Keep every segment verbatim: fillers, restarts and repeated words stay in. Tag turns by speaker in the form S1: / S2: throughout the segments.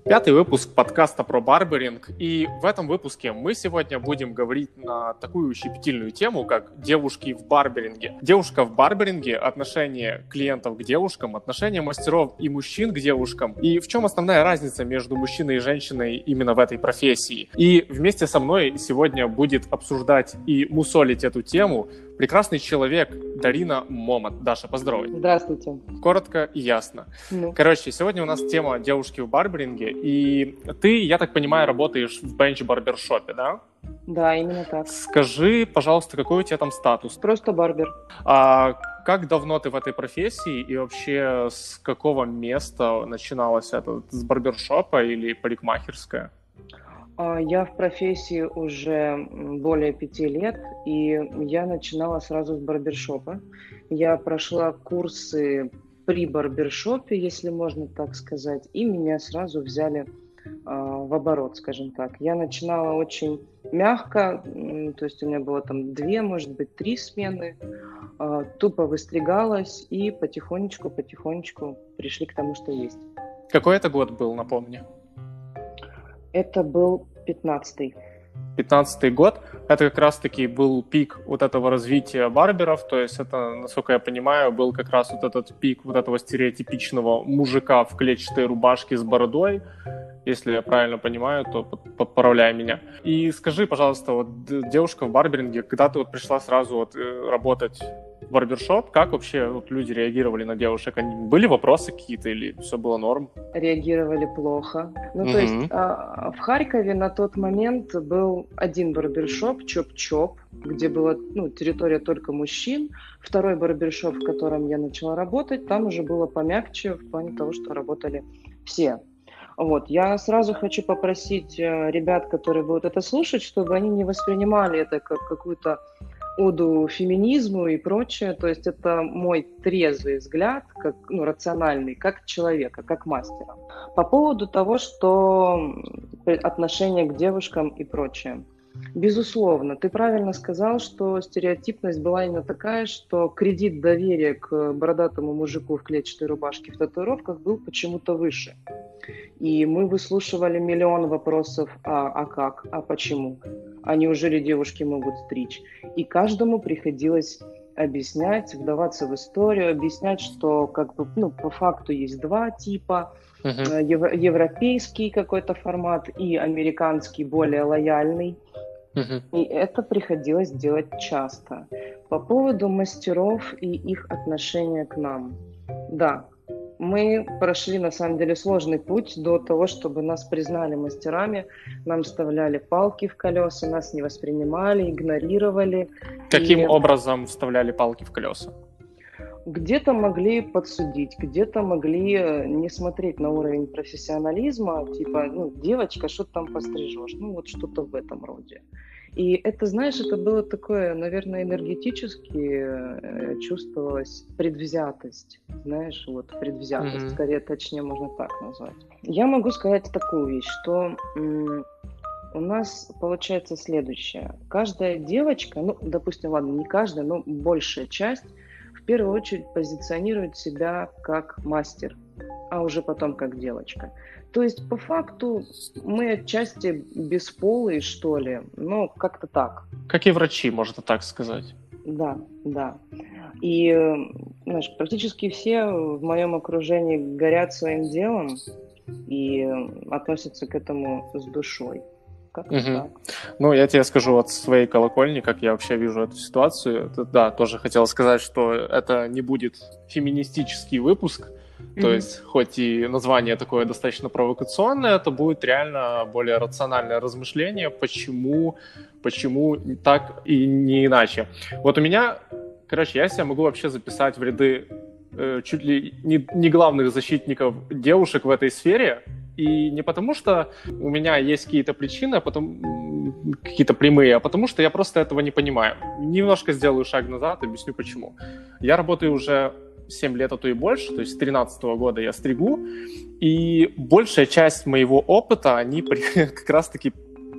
S1: Пятый выпуск подкаста про барберинг, и в этом выпуске мы сегодня будем говорить на такую щепетильную тему, как девушки в барберинге. Девушка в барберинге, отношение клиентов к девушкам, отношение мастеров и мужчин к девушкам, и в чем основная разница между мужчиной и женщиной именно в этой профессии. И вместе со мной сегодня будет обсуждать и мусолить эту тему прекрасный человек Дарина Момот. Даша, поздравляй.
S2: Здравствуйте.
S1: Коротко и ясно. Ну. Короче, сегодня у нас тема девушки в барберинге, и ты, я так понимаю, работаешь в Bench барбершопе, да?
S2: Да, именно так.
S1: Скажи, пожалуйста, какой у тебя там статус?
S2: Просто барбер.
S1: А как давно ты в этой профессии, и вообще с какого места начиналось это? С барбершопа или парикмахерская?
S2: Я в профессии уже более пяти лет, и я начинала сразу с барбершопа. Я прошла курсы при барбершопе, если можно так сказать, и меня сразу взяли в оборот, скажем так. Я начинала очень мягко, то есть у меня было там две, может быть, три смены, тупо выстригалась, и потихонечку-потихонечку пришли к тому, что есть.
S1: Какой это год был, напомни?
S2: Это был пятнадцатый.
S1: пятнадцатый год, это как раз-таки был пик вот этого развития барберов, то есть это, насколько я понимаю, был как раз вот этот пик вот этого стереотипичного мужика в клетчатой рубашке с бородой, если я правильно понимаю, то поправляй меня. И скажи, пожалуйста, вот девушка в барберинге, когда ты вот пришла сразу вот работать в барбершоп, как вообще вот люди реагировали на девушек? Они, были вопросы какие-то или все было норм?
S2: Реагировали плохо. Ну, mm-hmm. то есть а, в Харькове на тот момент был один барбершоп, Чоп-Чоп, где была ну, территория только мужчин. Второй барбершоп, в котором я начала работать, там уже было помягче в плане того, что работали все. Вот. Я сразу хочу попросить ребят, которые будут это слушать, чтобы они не воспринимали это как какую-то оду феминизму и прочее. То есть это мой трезвый взгляд, как, ну, рациональный, как человека, как мастера. По поводу того, что отношение к девушкам и прочее. Безусловно, ты правильно сказал, что стереотипность была именно такая, что кредит доверия к бородатому мужику в клетчатой рубашке в татуировках был почему-то выше. И мы выслушивали миллион вопросов, а, а как, а почему, а неужели девушки могут стричь? И каждому приходилось объяснять, вдаваться в историю, объяснять, что как бы, ну, по факту есть два типа, uh-huh. Ев- европейский какой-то формат и американский, более лояльный. Uh-huh. И это приходилось делать часто. По поводу мастеров и их отношения к нам. Да, мы прошли, на самом деле, сложный путь до того, чтобы нас признали мастерами. Нам вставляли палки в колеса, нас не воспринимали, игнорировали.
S1: Каким
S2: и...
S1: образом вставляли палки в колеса?
S2: Где-то могли подсудить, где-то могли не смотреть на уровень профессионализма, типа, ну, девочка, что ты там пострижешь? Ну, вот что-то в этом роде. И это, знаешь, это было такое, наверное, энергетически чувствовалась предвзятость, знаешь, вот предвзятость, mm-hmm. скорее, точнее, можно так назвать. Я могу сказать такую вещь, что м- у нас получается следующее. Каждая девочка, ну, допустим, ладно, не каждая, но большая часть, в первую очередь позиционирует себя как мастер, а уже потом как девочка. То есть, по факту, мы отчасти бесполые, что ли, но как-то так.
S1: Как и врачи, можно так сказать.
S2: Да, да. И, знаешь, практически все в моем окружении горят своим делом и относятся к этому с душой. Как-то угу. так.
S1: Ну, я тебе скажу от своей колокольни, как я вообще вижу эту ситуацию. Это, да, тоже хотел сказать, что это не будет феминистический выпуск. То mm-hmm. есть, хоть и название такое достаточно провокационное, это будет реально более рациональное размышление, почему, почему так и не иначе. Вот у меня, короче, я себя могу вообще записать в ряды э, чуть ли не, не главных защитников девушек в этой сфере, и не потому, что у меня есть какие-то причины, а потом какие-то прямые, а потому что я просто этого не понимаю. Немножко сделаю шаг назад, объясню почему. Я работаю уже семь лет, а то и больше, то есть с тринадцатого года я стригу, и большая часть моего опыта, они как раз-таки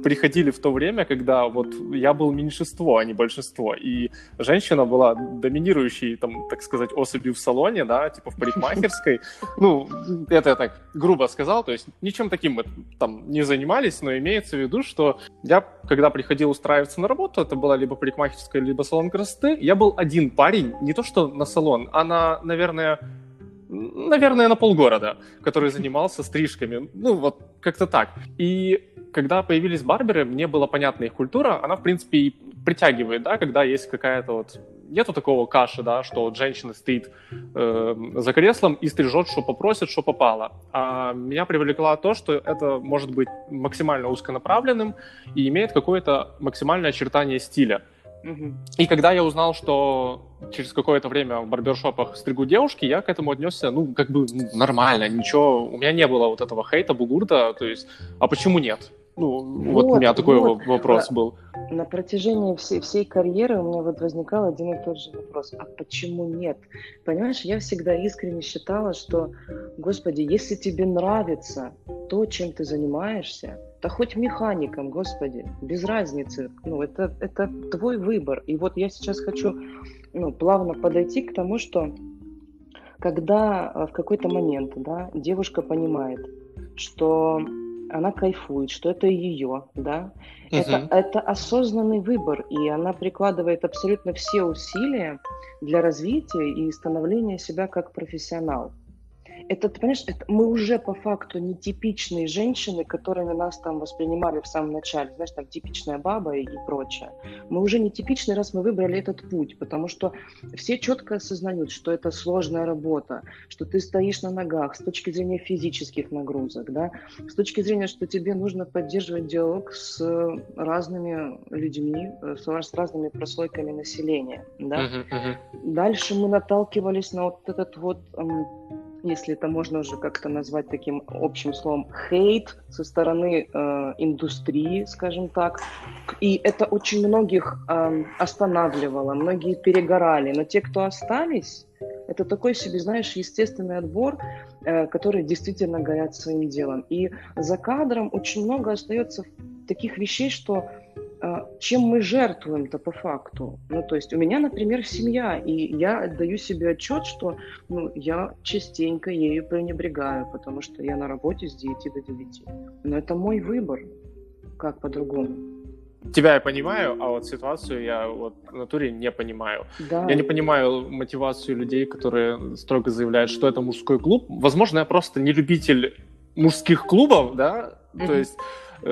S1: приходили в то время, когда вот я был меньшинство, а не большинство, и женщина была доминирующей, там, так сказать, особью в салоне, да, типа в парикмахерской. Ну, это я так грубо сказал, то есть ничем таким мы там не занимались, но имеется в виду, что я, когда приходил устраиваться на работу, это была либо парикмахерская, либо салон красоты, я был один парень, не то что на салон, а на, наверное, наверное, на полгорода, который занимался стрижками. Ну, вот как-то так. И когда появились барберы, мне была понятна их культура, она, в принципе, и притягивает, да, когда есть какая-то вот... Нету такого каши, да, что вот женщина стоит э, за креслом и стрижет, что попросит, что попало. А меня привлекло то, что это может быть максимально узконаправленным и имеет какое-то максимальное очертание стиля. Mm-hmm. И когда я узнал, что через какое-то время в барбершопах стригут девушки, я к этому отнесся, ну, как бы ну, нормально, ничего, у меня не было вот этого хейта, бугурта, то есть, а почему нет? Ну, вот, вот у меня такой вот вопрос
S2: на,
S1: был.
S2: На протяжении всей, всей карьеры у меня вот возникал один и тот же вопрос. А почему нет? Понимаешь, я всегда искренне считала, что, Господи, если тебе нравится то, чем ты занимаешься, да хоть механиком, Господи, без разницы. Ну, это, это твой выбор. И вот я сейчас хочу ну, плавно подойти к тому, что когда в какой-то момент да, девушка понимает, что она кайфует, что это ее, да, uh-huh. это, это осознанный выбор, и она прикладывает абсолютно все усилия для развития и становления себя как профессионал. Это, ты понимаешь, это, мы уже по факту не типичные женщины, которыми нас там воспринимали в самом начале, знаешь, там типичная баба и, и прочее. Мы уже не типичные, раз мы выбрали этот путь, потому что все четко осознают, что это сложная работа, что ты стоишь на ногах с точки зрения физических нагрузок, да, с точки зрения, что тебе нужно поддерживать диалог с разными людьми, с разными прослойками населения, да. Uh-huh, uh-huh. Дальше мы наталкивались на вот этот вот... если это можно уже как-то назвать таким общим словом, хейт со стороны э, индустрии, скажем так. И это очень многих э, останавливало, многие перегорали. Но те, кто остались, это такой себе, знаешь, естественный отбор, э, которые действительно горят своим делом. И за кадром очень много остается таких вещей, что чем мы жертвуем-то по факту. Ну, то есть у меня, например, семья, и я отдаю себе отчет, что ну, я частенько ею пренебрегаю, потому что я на работе с девяти до девяти. Но это мой выбор, как по-другому.
S1: Тебя я понимаю, а вот ситуацию я вот в натуре не понимаю. Да. Я не понимаю мотивацию людей, которые строго заявляют, что это мужской клуб. Возможно, я просто не любитель мужских клубов, да, mm-hmm. то есть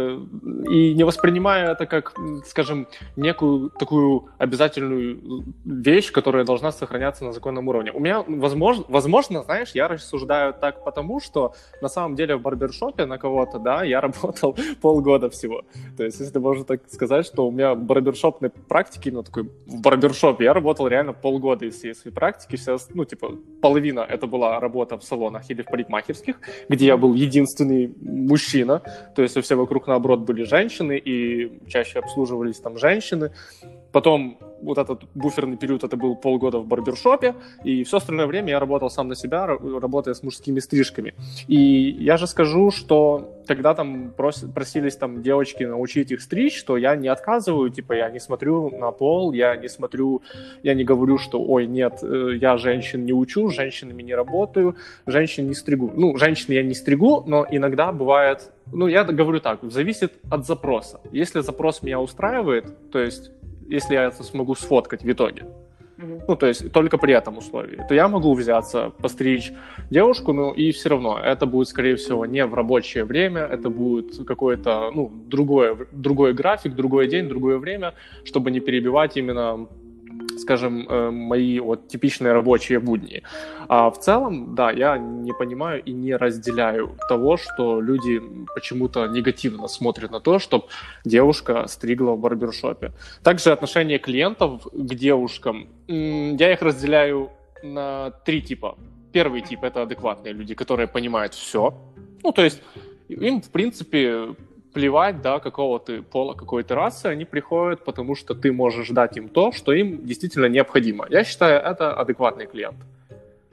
S1: и не воспринимаю это как, скажем, некую такую обязательную вещь, которая должна сохраняться на законном уровне. У меня, возможно, возможно, знаешь, я рассуждаю так потому, что на самом деле в барбершопе на кого-то, да, я работал полгода всего. То есть, если можно так сказать, что у меня барбершопной практики, ну, такой в барбершопе я работал реально полгода из всей своей практики, вся, ну, типа, половина это была работа в салонах или в парикмахерских, где я был единственный мужчина, то есть все вокруг наоборот были женщины, и чаще обслуживались там женщины. Потом вот этот буферный период, это был полгода в барбершопе, и все остальное время я работал сам на себя, работая с мужскими стрижками. И я же скажу, что когда там прос, просились там девочки научить их стричь, то я не отказываю, типа я не смотрю на пол, я не смотрю, я не говорю, что ой, нет, я женщин не учу, с женщинами не работаю, женщин не стригу. Ну, женщин я не стригу, но иногда бывает, ну, я говорю так, зависит от запроса. Если запрос меня устраивает, то есть если я это смогу сфоткать в итоге, mm-hmm. ну, то есть только при этом условии, то я могу взяться, постричь девушку, ну, и все равно это будет, скорее всего, не в рабочее время, это будет какой-то, ну, другой, другой график, другой день, другое время, чтобы не перебивать именно, скажем, мои вот типичные рабочие будни. А в целом, да, я не понимаю и не разделяю того, что люди почему-то негативно смотрят на то, чтобы девушка стригла в барбершопе. Также отношение клиентов к девушкам, я их разделяю на три типа. Первый тип — это адекватные люди, которые понимают все. Ну, то есть им, в принципе, плевать, да, какого ты пола, какой ты расы, они приходят, потому что ты можешь дать им то, что им действительно необходимо. Я считаю, это адекватный клиент.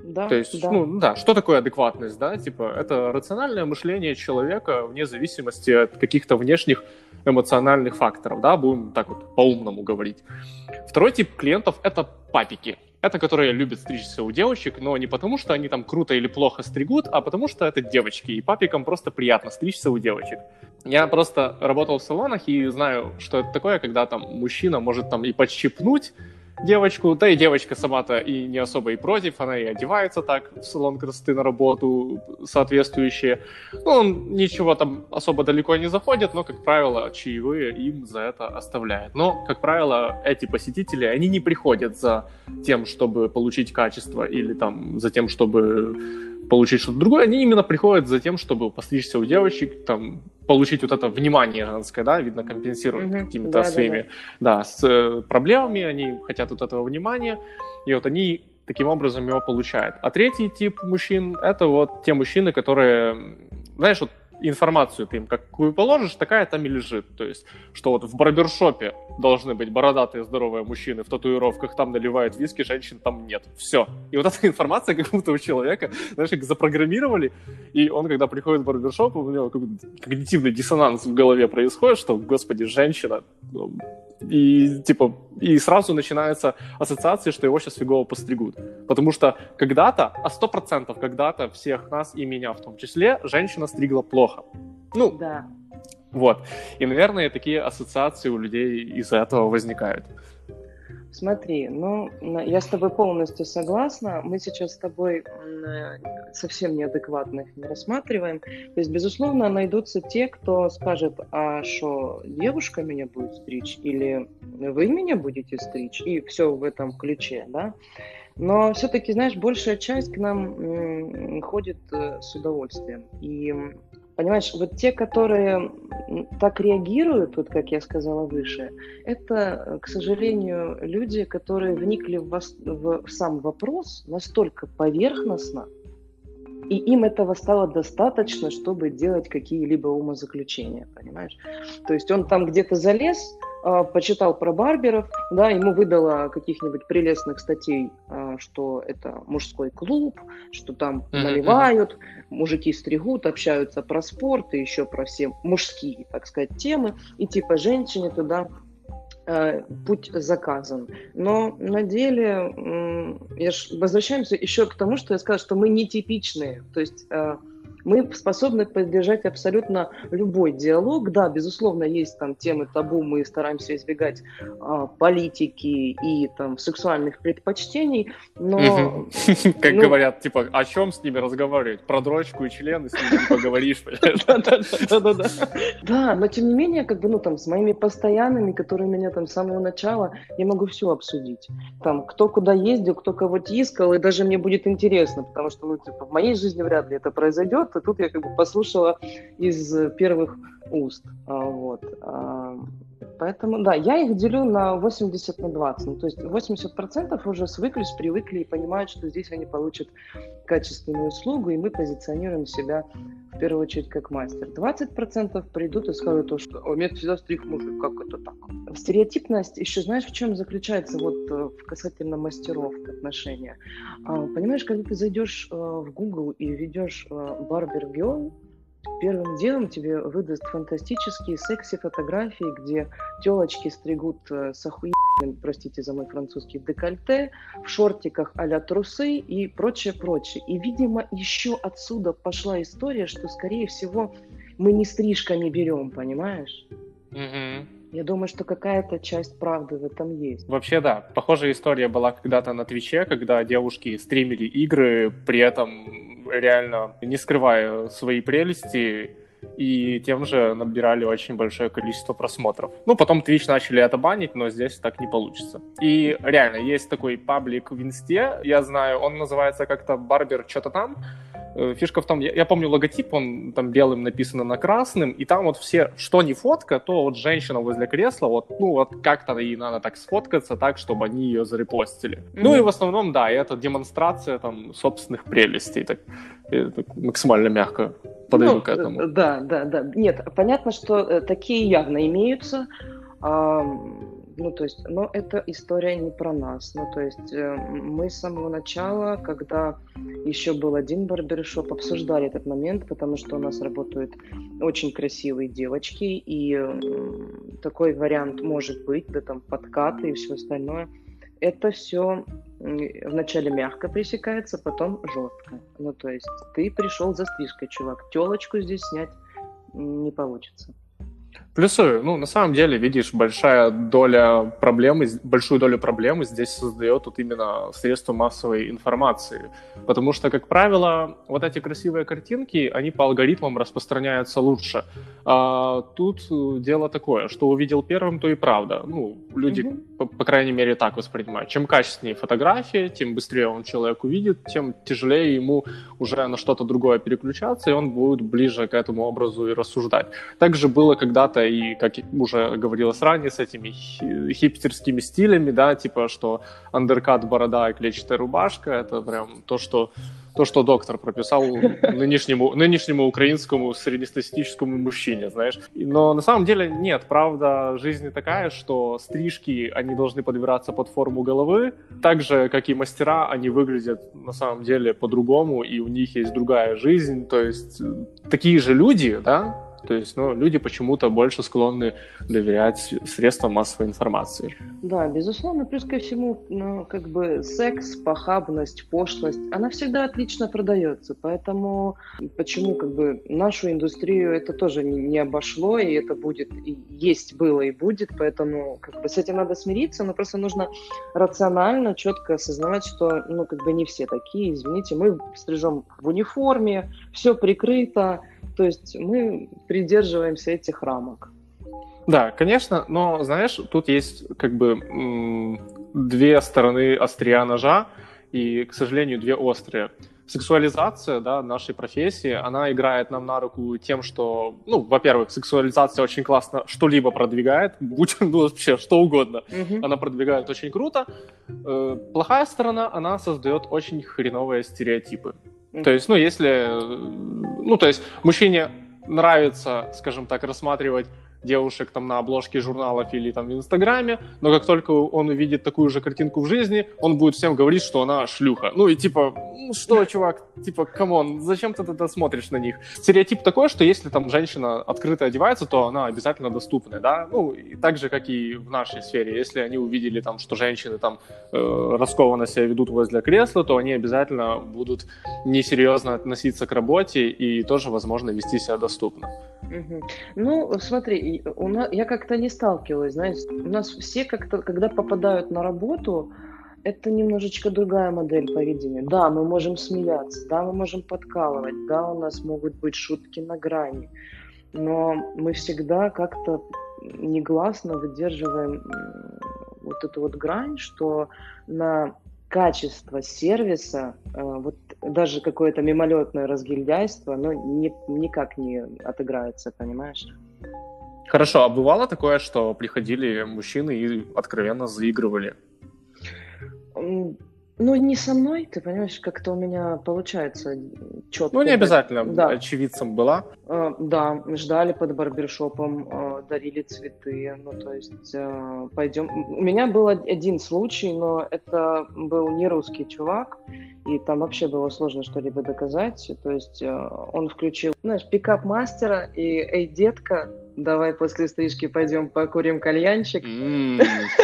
S2: Да,
S1: То есть,
S2: да.
S1: ну да, что такое адекватность, да? Типа, это рациональное мышление человека вне зависимости от каких-то внешних эмоциональных факторов, да, будем так вот по-умному говорить. Второй тип клиентов — это папики. Это которые любят стричься у девочек, но не потому, что они там круто или плохо стригут, а потому что это девочки, и папикам просто приятно стричься у девочек. Я просто работал в салонах и знаю, что это такое, когда там мужчина может там и подщипнуть девочку, да и девочка сама-то и не особо и против, она и одевается так в салон красоты на работу соответствующие. Ну, он ничего там особо далеко не заходит, но, как правило, чаевые им за это оставляют. Но, как правило, эти посетители, они не приходят за тем, чтобы получить качество или там за тем, чтобы получить что-то другое, они именно приходят за тем, чтобы постричься у девочек, там, получить вот это внимание женское, да, видно, компенсируют mm-hmm. какими-то да, своими, да, да. Да, с э, проблемами, они хотят вот этого внимания, и вот они таким образом его получают. А третий тип мужчин — это вот те мужчины, которые, знаешь, вот информацию ты им какую положишь, такая там и лежит. То есть, что вот в барбершопе должны быть бородатые здоровые мужчины в татуировках, там наливают виски, женщин там нет. Все. И вот эта информация как будто у человека, знаешь, как запрограммировали, и он, когда приходит в барбершоп, у него какой-то когнитивный диссонанс в голове происходит, что, господи, женщина... И типа и сразу начинаются ассоциации, что его сейчас фигово постригут. Потому что когда-то, а сто процентов когда-то всех нас и меня в том числе, женщина стригла плохо. Ну,
S2: да.
S1: Вот. И, наверное, такие ассоциации у людей из-за этого возникают.
S2: Смотри, ну, я с тобой полностью согласна. Мы сейчас с тобой совсем неадекватных не рассматриваем. То есть, безусловно, найдутся те, кто скажет, а что, девушка меня будет стричь или вы меня будете стричь? И все в этом ключе, да? Но все-таки, знаешь, большая часть к нам м, ходит э, с удовольствием. И, понимаешь, вот те, которые так реагируют, вот как я сказала выше, это, к сожалению, люди, которые вникли в, вос- в сам вопрос настолько поверхностно, и им этого стало достаточно, чтобы делать какие-либо умозаключения, понимаешь? То есть он там где-то залез, почитал про барберов, да, ему выдало каких-нибудь прелестных статей, что это мужской клуб, что там mm-hmm. наливают, мужики стригут, общаются про спорт и еще про все мужские, так сказать, темы, и типа женщине туда э, путь заказан. Но на деле, э, я ж, возвращаемся еще к тому, что я сказала, что мы нетипичные, то есть... Э, мы способны поддержать абсолютно любой диалог. Да, безусловно, есть там темы табу, мы стараемся избегать а, политики и там сексуальных предпочтений, но...
S1: Как говорят, типа, о чем с ними разговаривать? Про дрочку и члены с ними поговоришь.
S2: Да-да-да. Да, но тем не менее, как бы, ну, там, с моими постоянными, которые меня там с самого начала, я могу все обсудить. Там, кто куда ездил, кто кого тискал, и даже мне будет интересно, потому что, ну, типа, в моей жизни вряд ли это произойдет, и тут я как бы послушала из первых уст. Вот. Поэтому, да, я их делю на восемьдесят на двадцать. Ну, то есть восемьдесят процентов уже свыклись, привыкли и понимают, что здесь они получат качественную услугу, и мы позиционируем себя в первую очередь как мастер. двадцать процентов придут и скажут, что «О, меня всегда стриг мужик, как это так?» Стереотипность еще, знаешь, в чем заключается вот в касательно мастеров отношения? Понимаешь, когда ты зайдешь в Google и введешь «Barber Girl», первым делом тебе выдаст фантастические секси-фотографии, где телочки стригут с охуенным, простите за мой французский, декольте, в шортиках а-ля трусы и прочее-прочее. И, видимо, еще отсюда пошла история, что, скорее всего, мы не стрижками берем, понимаешь?
S1: Mm-hmm.
S2: Я думаю, что какая-то часть правды в этом есть.
S1: Вообще, да. Похожая история была когда-то на Твиче, когда девушки стримили игры, при этом реально не скрывая свои прелести, и тем же набирали очень большое количество просмотров. Ну, потом Twitch начали это банить, но здесь так не получится. И реально, есть такой паблик в Инсте, я знаю, он называется как-то «Барбер что-то там». Фишка в том, я, я помню логотип, он там белым написано на красным, и там вот все, что не фотка, то вот женщина возле кресла, вот, ну вот как-то ей надо так сфоткаться так, чтобы они ее зарепостили. Mm-hmm. Ну и в основном, да, это демонстрация там собственных прелестей, так, так максимально мягко подойду ну, к этому.
S2: Да, да, да. Нет, понятно, что такие явно имеются. Ну, то есть, но эта история не про нас. Ну, то есть, э, мы с самого начала, когда еще был один барбершоп, обсуждали этот момент, потому что у нас работают очень красивые девочки, и э, такой вариант может быть, да, там, подкаты и все остальное. Это все вначале мягко пресекается, потом жестко. Ну, то есть, ты пришел за стрижкой, чувак, телочку здесь снять не получится.
S1: Плюсую. Ну, на самом деле, видишь, большая доля проблемы, большую долю проблемы здесь создает вот именно средства массовой информации. Потому что, как правило, вот эти красивые картинки, они по алгоритмам распространяются лучше. А тут дело такое, что увидел первым, то и правда. Ну, люди, mm-hmm. по, по крайней мере, так воспринимают. Чем качественнее фотография, тем быстрее он человек увидит, тем тяжелее ему уже на что-то другое переключаться, и он будет ближе к этому образу и рассуждать. Также было когда-то и, как уже говорилось ранее, с этими хипстерскими стилями, да, типа, что андеркат, борода и клетчатая рубашка, это прям то, что, то, что доктор прописал нынешнему, нынешнему украинскому среднестатистическому мужчине, знаешь. Но на самом деле нет, правда жизни такая, что стрижки, они должны подбираться под форму головы, так же, как и мастера, они выглядят на самом деле по-другому, и у них есть другая жизнь, то есть такие же люди, да, то есть, ну, люди почему-то больше склонны доверять средствам массовой информации.
S2: Да, безусловно. Плюс ко всему, ну, как бы секс, похабность, пошлость, она всегда отлично продается. Поэтому почему как бы нашу индустрию это тоже не, не обошло, и это будет, и есть, было и будет. Поэтому как бы с этим надо смириться, но просто нужно рационально, четко осознавать, что, ну, как бы не все такие. Извините, мы стрижем в униформе, все прикрыто. То есть мы придерживаемся этих рамок.
S1: Да, конечно, но, знаешь, тут есть как бы м- две стороны острия ножа, и, к сожалению, две острые. Сексуализация, да, нашей профессии, она играет нам на руку тем, что, ну, во-первых, сексуализация очень классно что-либо продвигает, будь, ну, вообще что угодно, uh-huh. она продвигает очень круто. Э, плохая сторона, она создает очень хреновые стереотипы. То есть, ну, если, ну, то есть мужчине нравится, скажем так, рассматривать девушек там на обложке журналов или там в Инстаграме, но как только он увидит такую же картинку в жизни, он будет всем говорить, что она шлюха. Ну и типа, ну что, чувак, типа, камон, зачем ты тогда смотришь на них? Стереотип такой, что если там женщина открыто одевается, то она обязательно доступная, да? Ну, и так же, как и в нашей сфере. Если они увидели там, что женщины там э, раскованно себя ведут возле кресла, то они обязательно будут несерьезно относиться к работе и тоже, возможно, вести себя доступно.
S2: Угу. Ну, смотри, у нас, я как-то не сталкивалась, знаешь, у нас все как-то, когда попадают на работу, это немножечко другая модель поведения. Да, мы можем смеяться, да, мы можем подкалывать, да, у нас могут быть шутки на грани, но мы всегда как-то негласно выдерживаем вот эту вот грань, что на качество сервиса, вот даже какое-то мимолетное разгильдяйство, оно ни, никак не отыграется, понимаешь?
S1: Хорошо, а бывало такое, что приходили мужчины и откровенно заигрывали?
S2: Ну, не со мной, ты понимаешь, как-то у меня получается четко.
S1: Ну, не обязательно, да. Очевидцем была.
S2: Uh, да, ждали под барбершопом, uh, дарили цветы, ну, то есть uh, пойдем. У меня был один случай, но это был не русский чувак, и там вообще было сложно что-либо доказать, то есть uh, он включил, знаешь, пикап-мастера и «Эй, детка, давай после стрижки пойдем покурим кальянчик». Mm.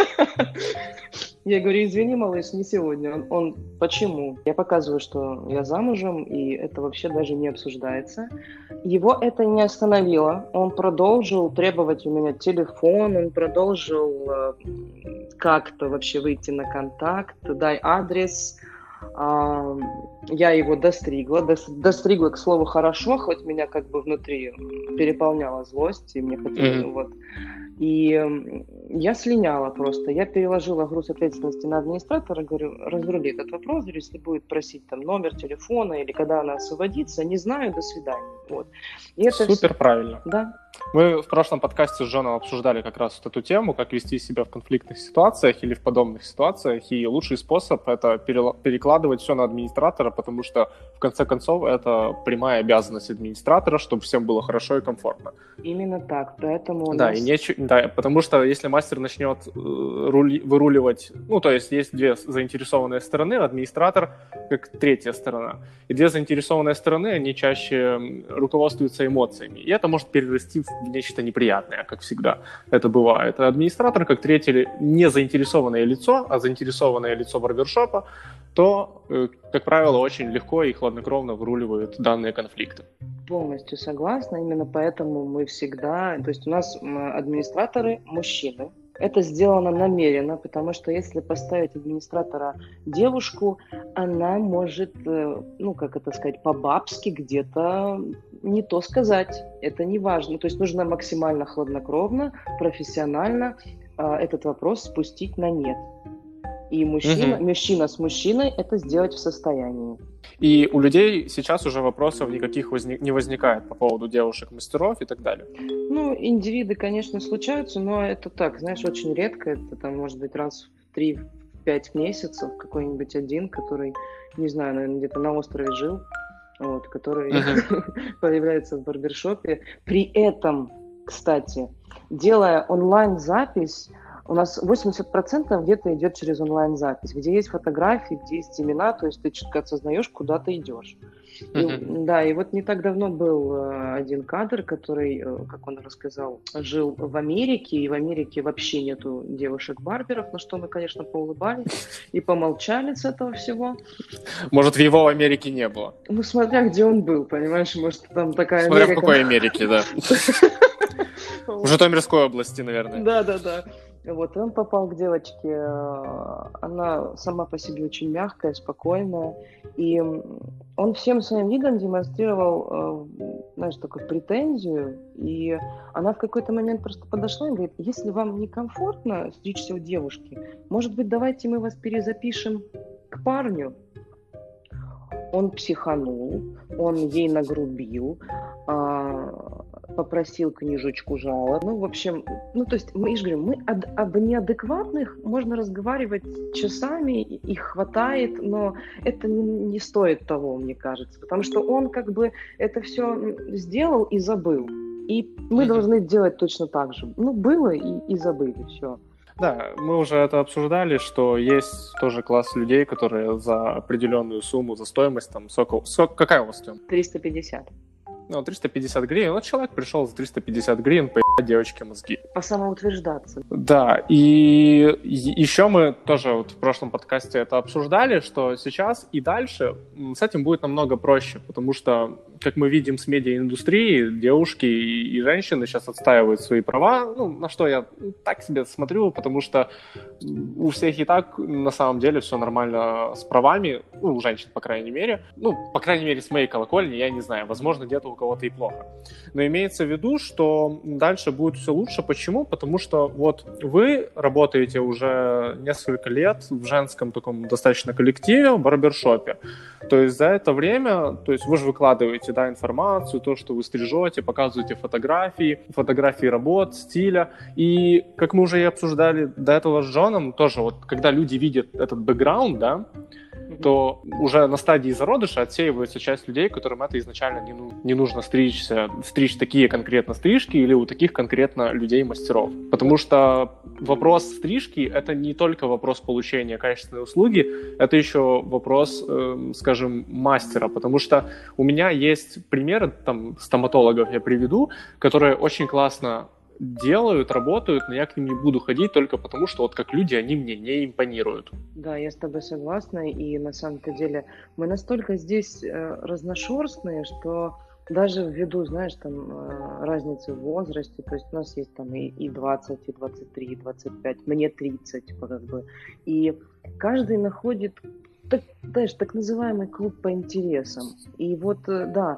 S2: Я говорю, извини, малыш, не сегодня. Он, он, почему? Я показываю, что я замужем, и это вообще даже не обсуждается. Его это не остановило. Он продолжил требовать у меня телефон, он продолжил э, как-то вообще выйти на контакт, дай адрес. Э, я его достригла. До, достригла, к слову, хорошо, хоть меня как бы внутри переполняла злость, и мне хотелось, mm-hmm. вот. И я слиняла просто. Я переложила груз ответственности на администратора, говорю, разрули этот вопрос, если будет просить там номер телефона или когда она освободится, не знаю, до свидания. Вот. И это
S1: Супер
S2: все...
S1: правильно.
S2: Да.
S1: Мы в прошлом подкасте с Жоном обсуждали как раз вот эту тему, как вести себя в конфликтных ситуациях или в подобных ситуациях, и лучший способ — это перекладывать все на администратора, потому что, в конце концов, это прямая обязанность администратора, чтобы всем было хорошо и комфортно.
S2: Именно так, поэтому...
S1: Да,
S2: нас...
S1: и неч- Да, потому что если мастер начнет рули, выруливать, ну, то есть есть две заинтересованные стороны, администратор как третья сторона. И две заинтересованные стороны, они чаще руководствуются эмоциями. И это может перерасти в нечто неприятное, как всегда это бывает. А администратор как третье не заинтересованное лицо, а заинтересованное лицо барбершопа, то, как правило, очень легко и хладнокровно выруливают данные конфликты.
S2: Полностью согласна, именно поэтому мы всегда, то есть у нас администраторы мужчины, это сделано намеренно, потому что если поставить администратора девушку, она может, ну как это сказать, по-бабски где-то не то сказать, это не важно, то есть нужно максимально хладнокровно, профессионально этот вопрос спустить на нет. И мужчина, угу. мужчина с мужчиной это сделать в состоянии.
S1: И у людей сейчас уже вопросов никаких возник, не возникает по поводу девушек-мастеров и так далее.
S2: Ну, индивиды, конечно, случаются, но это так, знаешь, очень редко. Это там, может быть, раз в три-пять месяцев какой-нибудь один, который, не знаю, наверное, где-то на острове жил, вот, который uh-huh. появляется в барбершопе. При этом, кстати, делая онлайн-запись, у нас восемьдесят процентов где-то идет через онлайн-запись, где есть фотографии, где есть имена, то есть ты четко осознаешь, куда ты идешь. Uh-huh. И, да, и вот не так давно был э, один кадр, который, э, как он рассказал, жил в Америке, и в Америке вообще нету девушек-барберов, на что мы, конечно, поулыбались и помолчали с этого всего.
S1: Может, в его Америке не было?
S2: Ну, смотря где он был, понимаешь, может, там такая
S1: Смотря
S2: Америка...
S1: в какой Америке, да. В Житомирской области, наверное.
S2: Да-да-да. Вот, он попал к девочке, она сама по себе очень мягкая, спокойная, и он всем своим видом демонстрировал, знаешь, такую претензию, и она в какой-то момент просто подошла и говорит, если вам некомфортно стричься у девушки, может быть, давайте мы вас перезапишем к парню. Он психанул, он ей нагрубил, попросил книжечку жалоб. Ну, в общем, ну, то есть, мы же говорим, мы ад- об неадекватных можно разговаривать часами, их хватает, но это не, не стоит того, мне кажется, потому что он как бы это все сделал и забыл. И мы mm-hmm. должны делать точно так же. Ну, было и, и забыли, все.
S1: Да, мы уже это обсуждали, что есть тоже класс людей, которые за определенную сумму, за стоимость, там, сколько, сколько какая у вас стоимость?
S2: триста пятьдесят.
S1: Ну, триста пятьдесят гривен. Вот человек пришел за триста пятьдесят гривен поебать девочке мозги.
S2: Посамоутверждаться.
S1: Да, и еще мы тоже вот в прошлом подкасте это обсуждали, что сейчас и дальше с этим будет намного проще, потому что, как мы видим с медиаиндустрии, девушки и, и женщины сейчас отстаивают свои права, ну, на что я так себе смотрю, потому что у всех и так на самом деле все нормально с правами, ну, у женщин, по крайней мере, ну, по крайней мере, с моей колокольни, я не знаю, возможно, где-то у кого-то и плохо. Но имеется в виду, что дальше будет все лучше. Почему? Потому что вот вы работаете уже несколько лет в женском таком достаточно коллективе, в барбершопе. То есть за это время, то есть вы же выкладываете, да, информацию, то, что вы стрижете, показываете фотографии, фотографии работ, стиля. И, как мы уже и обсуждали до этого с Джоном, тоже вот, когда люди видят этот бэкграунд, да, то уже на стадии зародыша отсеивается часть людей, которым это изначально не, ну, не нужно стричься, стричь такие конкретно стрижки или у таких конкретно людей-мастеров. Потому что вопрос стрижки — это не только вопрос получения качественной услуги, это еще вопрос, э, скажем, мастера. Потому что у меня есть примеры, там, стоматологов я приведу, которые очень классно делают, работают, но я к ним не буду ходить только потому, что вот как люди они мне не импонируют.
S2: Да, я с тобой согласна, и на самом-то деле мы настолько здесь э, разношерстные, что даже ввиду, знаешь, там э, разницы в возрасте, то есть у нас есть там и, и двадцать, и двадцать три, и двадцать пять, мне тридцать, как бы, и каждый находит, так, знаешь, так называемый клуб по интересам. И вот, э, да,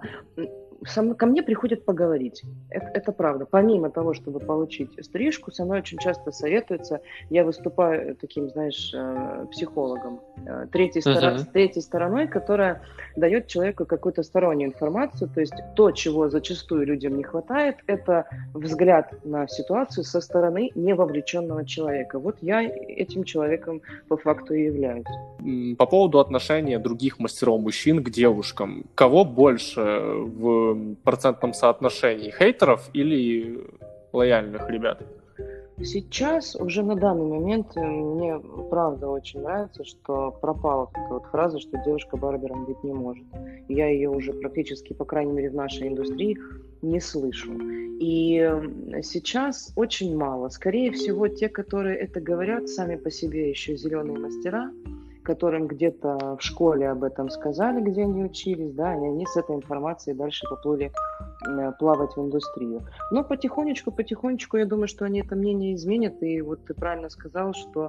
S2: со мной, ко мне приходят поговорить. Это, это правда. Помимо того, чтобы получить стрижку, со мной очень часто советуются. Я выступаю таким, знаешь, психологом. Третьей, uh-huh. стор... третьей стороной, которая дает человеку какую-то стороннюю информацию. То есть то, чего зачастую людям не хватает, это взгляд на ситуацию со стороны невовлеченного человека. Вот я этим человеком по факту и являюсь.
S1: По поводу отношения других мастеров мужчин к девушкам. Кого больше в процентном соотношении, хейтеров или лояльных ребят?
S2: Сейчас, уже на данный момент, мне правда очень нравится, что пропала такая вот фраза, что девушка барбером быть не может. Я ее уже практически, по крайней мере, в нашей индустрии не слышу. И сейчас очень мало. Скорее всего, те, которые это говорят, сами по себе еще зеленые мастера, которым где-то в школе об этом сказали, где они учились, да, и они с этой информацией дальше поплыли плавать в индустрию. Но потихонечку, потихонечку, я думаю, что они это мнение изменят, и вот ты правильно сказал, что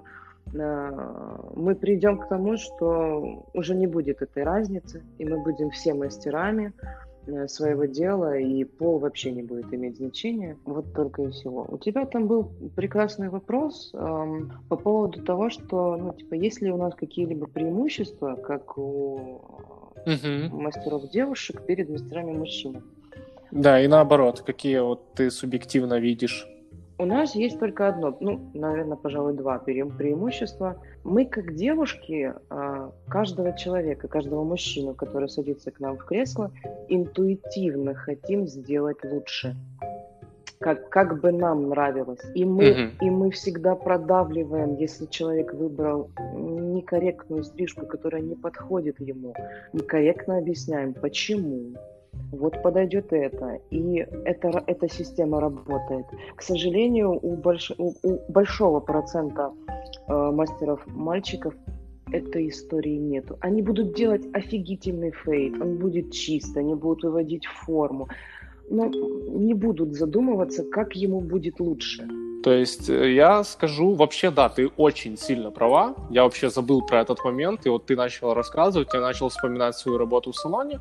S2: э, мы придем к тому, что уже не будет этой разницы, и мы будем все мастерами э, своего дела, и пол вообще не будет иметь значения, вот только и всего. У тебя там был прекрасный вопрос э, по поводу того, что, ну, типа, есть ли у нас какие-либо преимущества, как у uh-huh. мастеров девушек перед мастерами мужчин?
S1: Да, и наоборот, какие вот ты субъективно видишь?
S2: У нас есть только одно, ну, наверное, пожалуй, два преимущества. Мы, как девушки, каждого человека, каждого мужчину, который садится к нам в кресло, интуитивно хотим сделать лучше. Как, как бы нам нравилось. И мы, uh-huh. и мы всегда продавливаем, если человек выбрал некорректную стрижку, которая не подходит ему. Некорректно объясняем, почему. Вот подойдет это, и это, эта система работает. К сожалению, у, больш, у, у большого процента э, мастеров-мальчиков этой истории нету. Они будут делать офигительный фейд, он будет чист, они будут выводить форму, но не будут задумываться, как ему будет лучше.
S1: То есть я скажу, вообще, да, ты очень сильно права. Я вообще забыл про этот момент, и вот ты начал рассказывать, я начал вспоминать свою работу в салоне,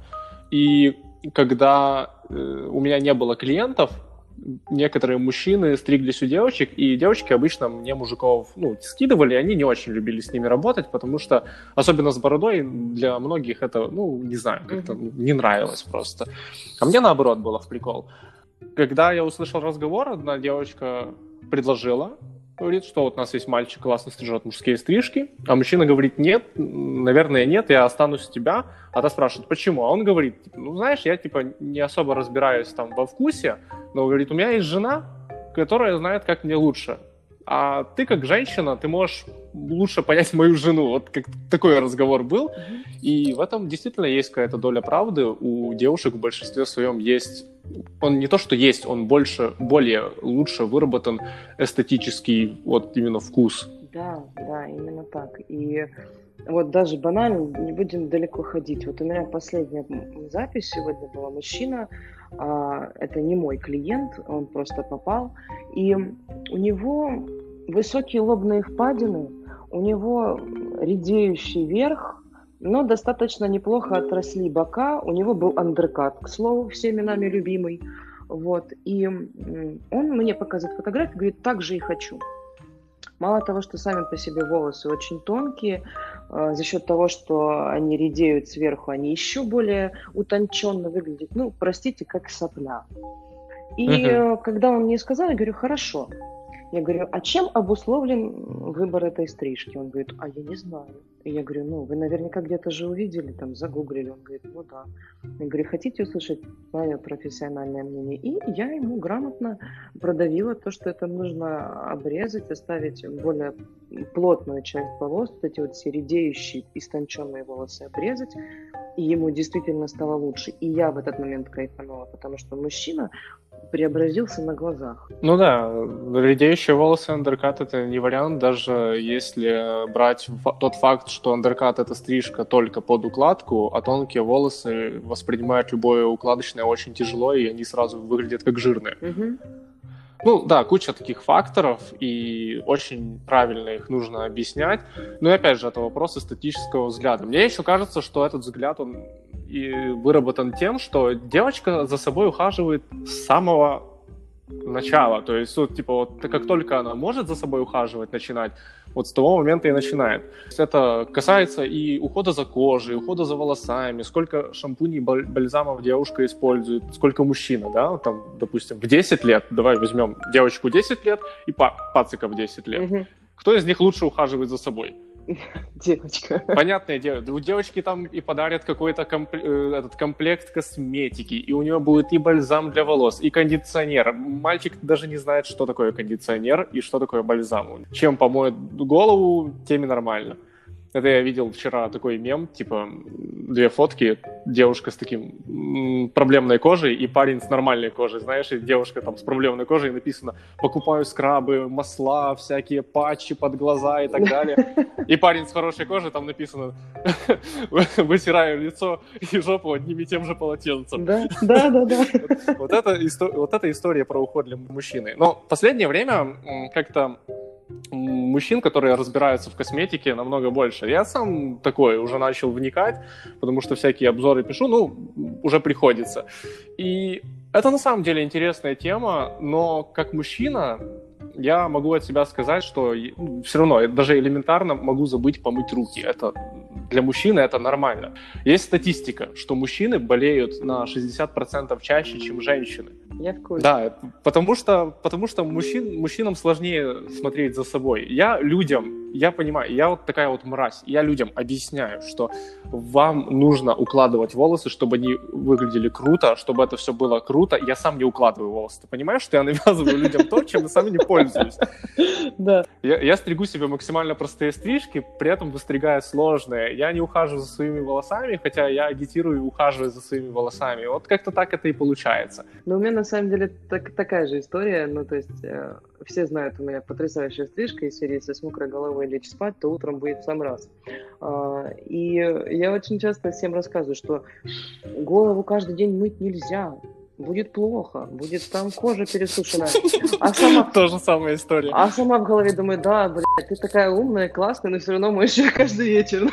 S1: и когда э, у меня не было клиентов, некоторые мужчины стриглись у девочек, и девочки обычно мне мужиков, ну, скидывали, и они не очень любили с ними работать, потому что, особенно с бородой, для многих это, ну, не знаю, как-то mm-hmm. не нравилось просто. А мне наоборот было в прикол. Когда я услышал разговор, одна девочка предложила, говорит, что вот у нас есть мальчик, классно стрижет мужские стрижки, а мужчина говорит, нет, наверное, нет, я останусь у тебя. А та спрашивает, почему? А он говорит, ну, знаешь, я, типа, не особо разбираюсь там во вкусе, но, говорит, у меня есть жена, которая знает, как мне лучше. А ты, как женщина, ты можешь лучше понять мою жену. Вот как такой разговор был. И в этом действительно есть какая-то доля правды. У девушек в большинстве своем есть... Он не то, что есть, он больше, более лучше выработан эстетический вот именно вкус.
S2: Да, да, именно так. И вот даже банально, не будем далеко ходить. Вот у меня последняя запись сегодня была мужчина, а, это не мой клиент, он просто попал. И у него высокие лобные впадины, у него редеющий верх, но достаточно неплохо отросли бока. У него был андеркат, к слову, всеми нами любимый. Вот. И он мне показывает фотографию, говорит, так же и хочу. Мало того, что сами по себе волосы очень тонкие, э, за счет того, что они редеют сверху, они еще более утонченно выглядят. Ну, простите, как сопля. И uh-huh. когда он мне сказал, я говорю, хорошо. Я говорю, а чем обусловлен выбор этой стрижки? Он говорит, а я не знаю. И я говорю, ну, вы наверняка где-то же увидели, там, загуглили. Он говорит, ну да. Я говорю, хотите услышать мое профессиональное мнение? И я ему грамотно продавила то, что это нужно обрезать, оставить более плотную часть волос, вот эти вот все редеющие, истонченные волосы обрезать. И ему действительно стало лучше. И я в этот момент кайфанула, потому что мужчина преобразился на глазах.
S1: Ну да, редеющие волосы андеркат — это не вариант, даже если брать тот факт, что андеркат — это стрижка только под укладку, а тонкие волосы воспринимают любое укладочное очень тяжело, и они сразу выглядят как жирные. Угу. Ну да, куча таких факторов, и очень правильно их нужно объяснять. Но и опять же, это вопрос эстетического взгляда. Мне еще кажется, что этот взгляд, он и выработан тем, что девочка за собой ухаживает с самого начала. То есть, вот, типа, вот, как только она может за собой ухаживать, начинать, вот с того момента и начинает. Это касается и ухода за кожей, ухода за волосами, сколько шампуней, бальзамов девушка использует, сколько мужчина, да, там, допустим, в десять лет, давай возьмем девочку десять лет и пацика в десять лет. Угу. Кто из них лучше ухаживает за собой?
S2: Девочка.
S1: Понятное дело, у девочки там и подарят какой-то комп... этот комплект косметики, и у нее будет и бальзам для волос, и кондиционер. Мальчик даже не знает, что такое кондиционер и что такое бальзам. Чем помоет голову, тем и нормально. Это я видел вчера такой мем, типа две фотки, девушка с таким м, проблемной кожей и парень с нормальной кожей, знаешь, и девушка там с проблемной кожей, написано «покупаю скрабы, масла, всякие патчи под глаза» и так далее. И парень с хорошей кожей, там написано «вытираю лицо и жопу одним и тем же полотенцем».
S2: Да, да, да, да.
S1: Вот, вот, это, вот это история про уход для мужчины. Но в последнее время как-то мужчин, которые разбираются в косметике, намного больше. Я сам такой уже начал вникать, потому что всякие обзоры пишу, ну, уже приходится. И это на самом деле интересная тема, но как мужчина я могу от себя сказать, что ну, все равно я даже элементарно могу забыть помыть руки. Это для мужчины это нормально. Есть статистика, что мужчины болеют на шестьдесят процентов чаще, чем женщины.
S2: Я в курсе.
S1: Да, потому что, потому что мужчин, мужчинам сложнее смотреть за собой. Я людям, я понимаю, я вот такая вот мразь, я людям объясняю, что вам нужно укладывать волосы, чтобы они выглядели круто, чтобы это все было круто. Я сам не укладываю волосы. Ты понимаешь, что я навязываю людям то, чем я сам не пользуюсь?
S2: Да.
S1: Я, я стригу себе максимально простые стрижки, при этом выстригая сложные. Я не ухаживаю за своими волосами, хотя я агитирую и ухаживаю за своими волосами. Вот как-то так это и получается.
S2: Но у меня на самом деле так, такая же история. Ну, то есть э, все знают, у меня потрясающая стрижка из серии «Если с мокрой головой лечь спать, то утром будет в сам раз». А, и я очень часто всем рассказываю, что голову каждый день мыть нельзя. Будет плохо, будет там кожа пересушена. А сама...
S1: Тоже самая история.
S2: А сама в голове думаю, да, блядь, ты такая умная, классная, но все равно моешь её каждый вечер.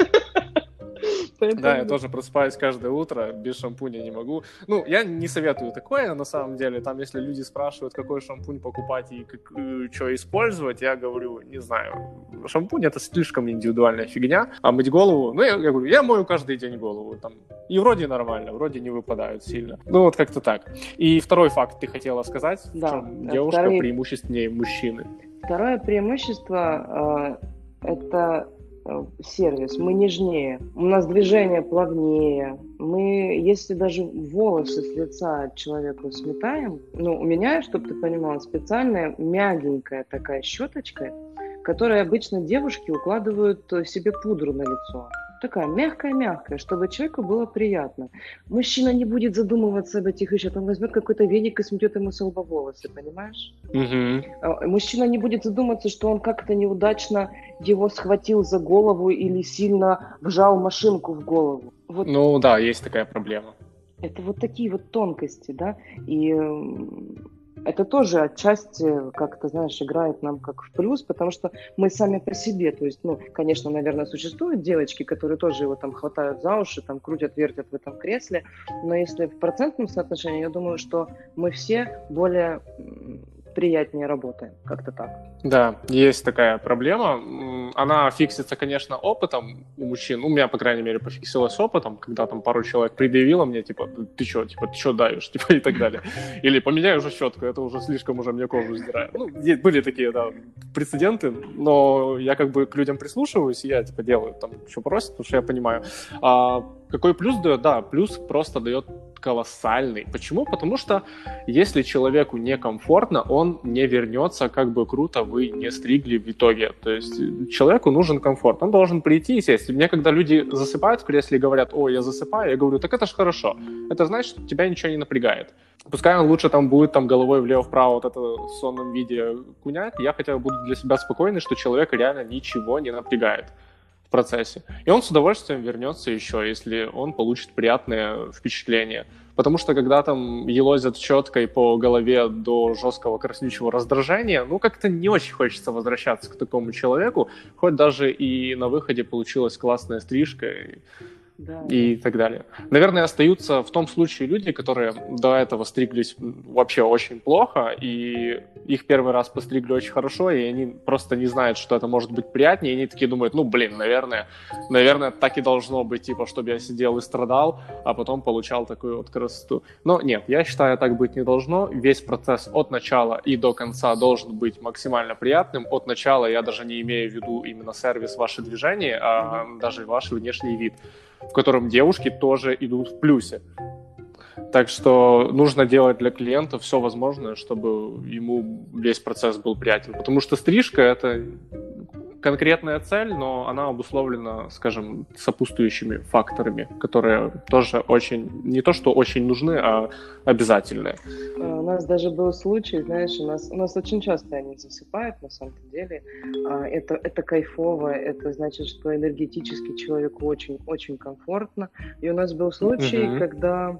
S1: Да, я тоже просыпаюсь каждое утро, без шампуня не могу. Ну, я не советую такое, на самом деле. Там, если люди спрашивают, какой шампунь покупать и как, что использовать, я говорю, не знаю. Шампунь — это слишком индивидуальная фигня. А мыть голову, ну, я, я говорю, я мою каждый день голову. Там, и вроде нормально, вроде не выпадают сильно. Ну, вот как-то так. И второй факт ты хотела сказать,
S2: да,
S1: что девушка вторые... преимущественнее мужчины.
S2: Второе преимущество э, — это... сервис, мы нежнее, у нас движение плавнее, мы, если даже волосы с лица человеку сметаем, ну, у меня, чтобы ты понимала, специальная мягенькая такая щеточка, которой обычно девушки укладывают себе пудру на лицо. Такая мягкая-мягкая, чтобы человеку было приятно. Мужчина не будет задумываться об этих вещах, он возьмет какой-то веник и сметет ему с лба волосы, понимаешь?
S1: Угу.
S2: Мужчина не будет задумываться, что он как-то неудачно его схватил за голову или сильно вжал машинку в голову. Вот.
S1: Ну да, есть такая проблема.
S2: Это вот такие вот тонкости, да, и это тоже отчасти, как ты знаешь, играет нам как в плюс, потому что мы сами по себе, то есть, ну, конечно, наверное, существуют девочки, которые тоже его там хватают за уши, там крутят, вертят в этом кресле, но если в процентном соотношении, я думаю, что мы все более приятнее работаем, как-то так.
S1: Да, есть такая проблема. Она фиксится, конечно, опытом у мужчин. У меня, по крайней мере, пофиксилась опытом, когда там пару человек предъявило мне, типа, ты что, типа, ты что давишь, типа, и так далее. Или поменяй уже щетку, это уже слишком уже мне кожу сдирает. Ну, были такие, да, прецеденты, но я как бы к людям прислушиваюсь, и я, типа, делаю там, что просят, потому что я понимаю. А какой плюс дает? Да, плюс просто дает колоссальный. Почему? Потому что если человеку некомфортно, он не вернется, как бы круто вы не стригли в итоге. То есть человеку нужен комфорт. Он должен прийти и сесть. Мне когда люди засыпают в кресле и говорят, ой, я засыпаю, я говорю, так это ж хорошо. Это значит, что тебя ничего не напрягает. Пускай он лучше там будет там головой влево-вправо вот это в сонном виде кунять, я хотя бы буду для себя спокойный, что человека реально ничего не напрягает в процессе. И он с удовольствием вернется еще, если он получит приятное впечатление. Потому что когда там елозят щеткой по голове до жесткого краснючего раздражения, ну как-то не очень хочется возвращаться к такому человеку, хоть даже и на выходе получилась классная стрижка.
S2: Да.
S1: и так далее. Наверное, остаются в том случае люди, которые до этого стриглись вообще очень плохо, и их первый раз постригли очень хорошо, и они просто не знают, что это может быть приятнее, и они такие думают, ну, блин, наверное, наверное, так и должно быть, типа, чтобы я сидел и страдал, а потом получал такую вот красоту. Но нет, я считаю, так быть не должно. Весь процесс от начала и до конца должен быть максимально приятным. От начала я даже не имею в виду именно сервис, ваши движения, а даже ваш внешний вид, в котором девушки тоже идут в плюсе. Так что нужно делать для клиента все возможное, чтобы ему весь процесс был приятен. Потому что стрижка — это конкретная цель, но она обусловлена, скажем, сопутствующими факторами, которые тоже очень, не то что очень нужны, а обязательные.
S2: У нас даже был случай, знаешь, у нас, у нас очень часто они засыпают, на самом деле. Это, это кайфово, это значит, что энергетически человеку очень-очень комфортно. И у нас был случай, uh-huh. когда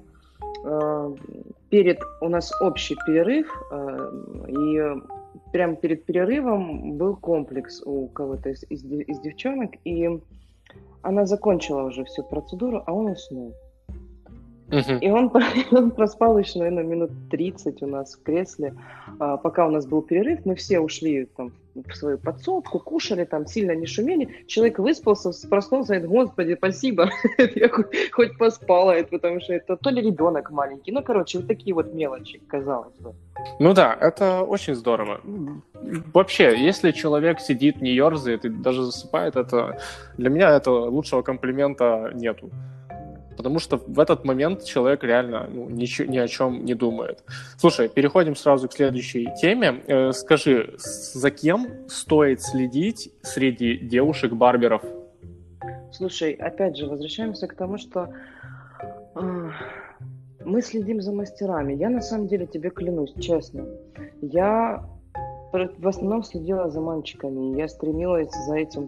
S2: э, перед, у нас общий перерыв, э, и прямо перед перерывом был комплекс у кого-то из, из, из девчонок, и она закончила уже всю процедуру, а он уснул. Uh-huh. И он, он проспал еще, наверное, минут тридцать у нас в кресле. А, пока у нас был перерыв, мы все ушли там, в свою подсобку, кушали, там сильно не шумели. Человек выспался, проснулся, говорит, господи, спасибо, я хоть поспала, потому что это то ли ребенок маленький. Ну, короче, вот такие вот мелочи, казалось бы.
S1: Ну да, это очень здорово. Вообще, если человек сидит, не ерзает и даже засыпает, это для меня это лучшего комплимента нету. Потому что в этот момент человек реально ну, ни, ни о чем не думает. Слушай, переходим сразу к следующей теме. Э, скажи, за кем стоит следить среди девушек-барберов?
S2: Слушай, опять же, возвращаемся к тому, что э, мы следим за мастерами. Я на самом деле тебе клянусь, честно. Я в основном следила за мальчиками. Я стремилась за этим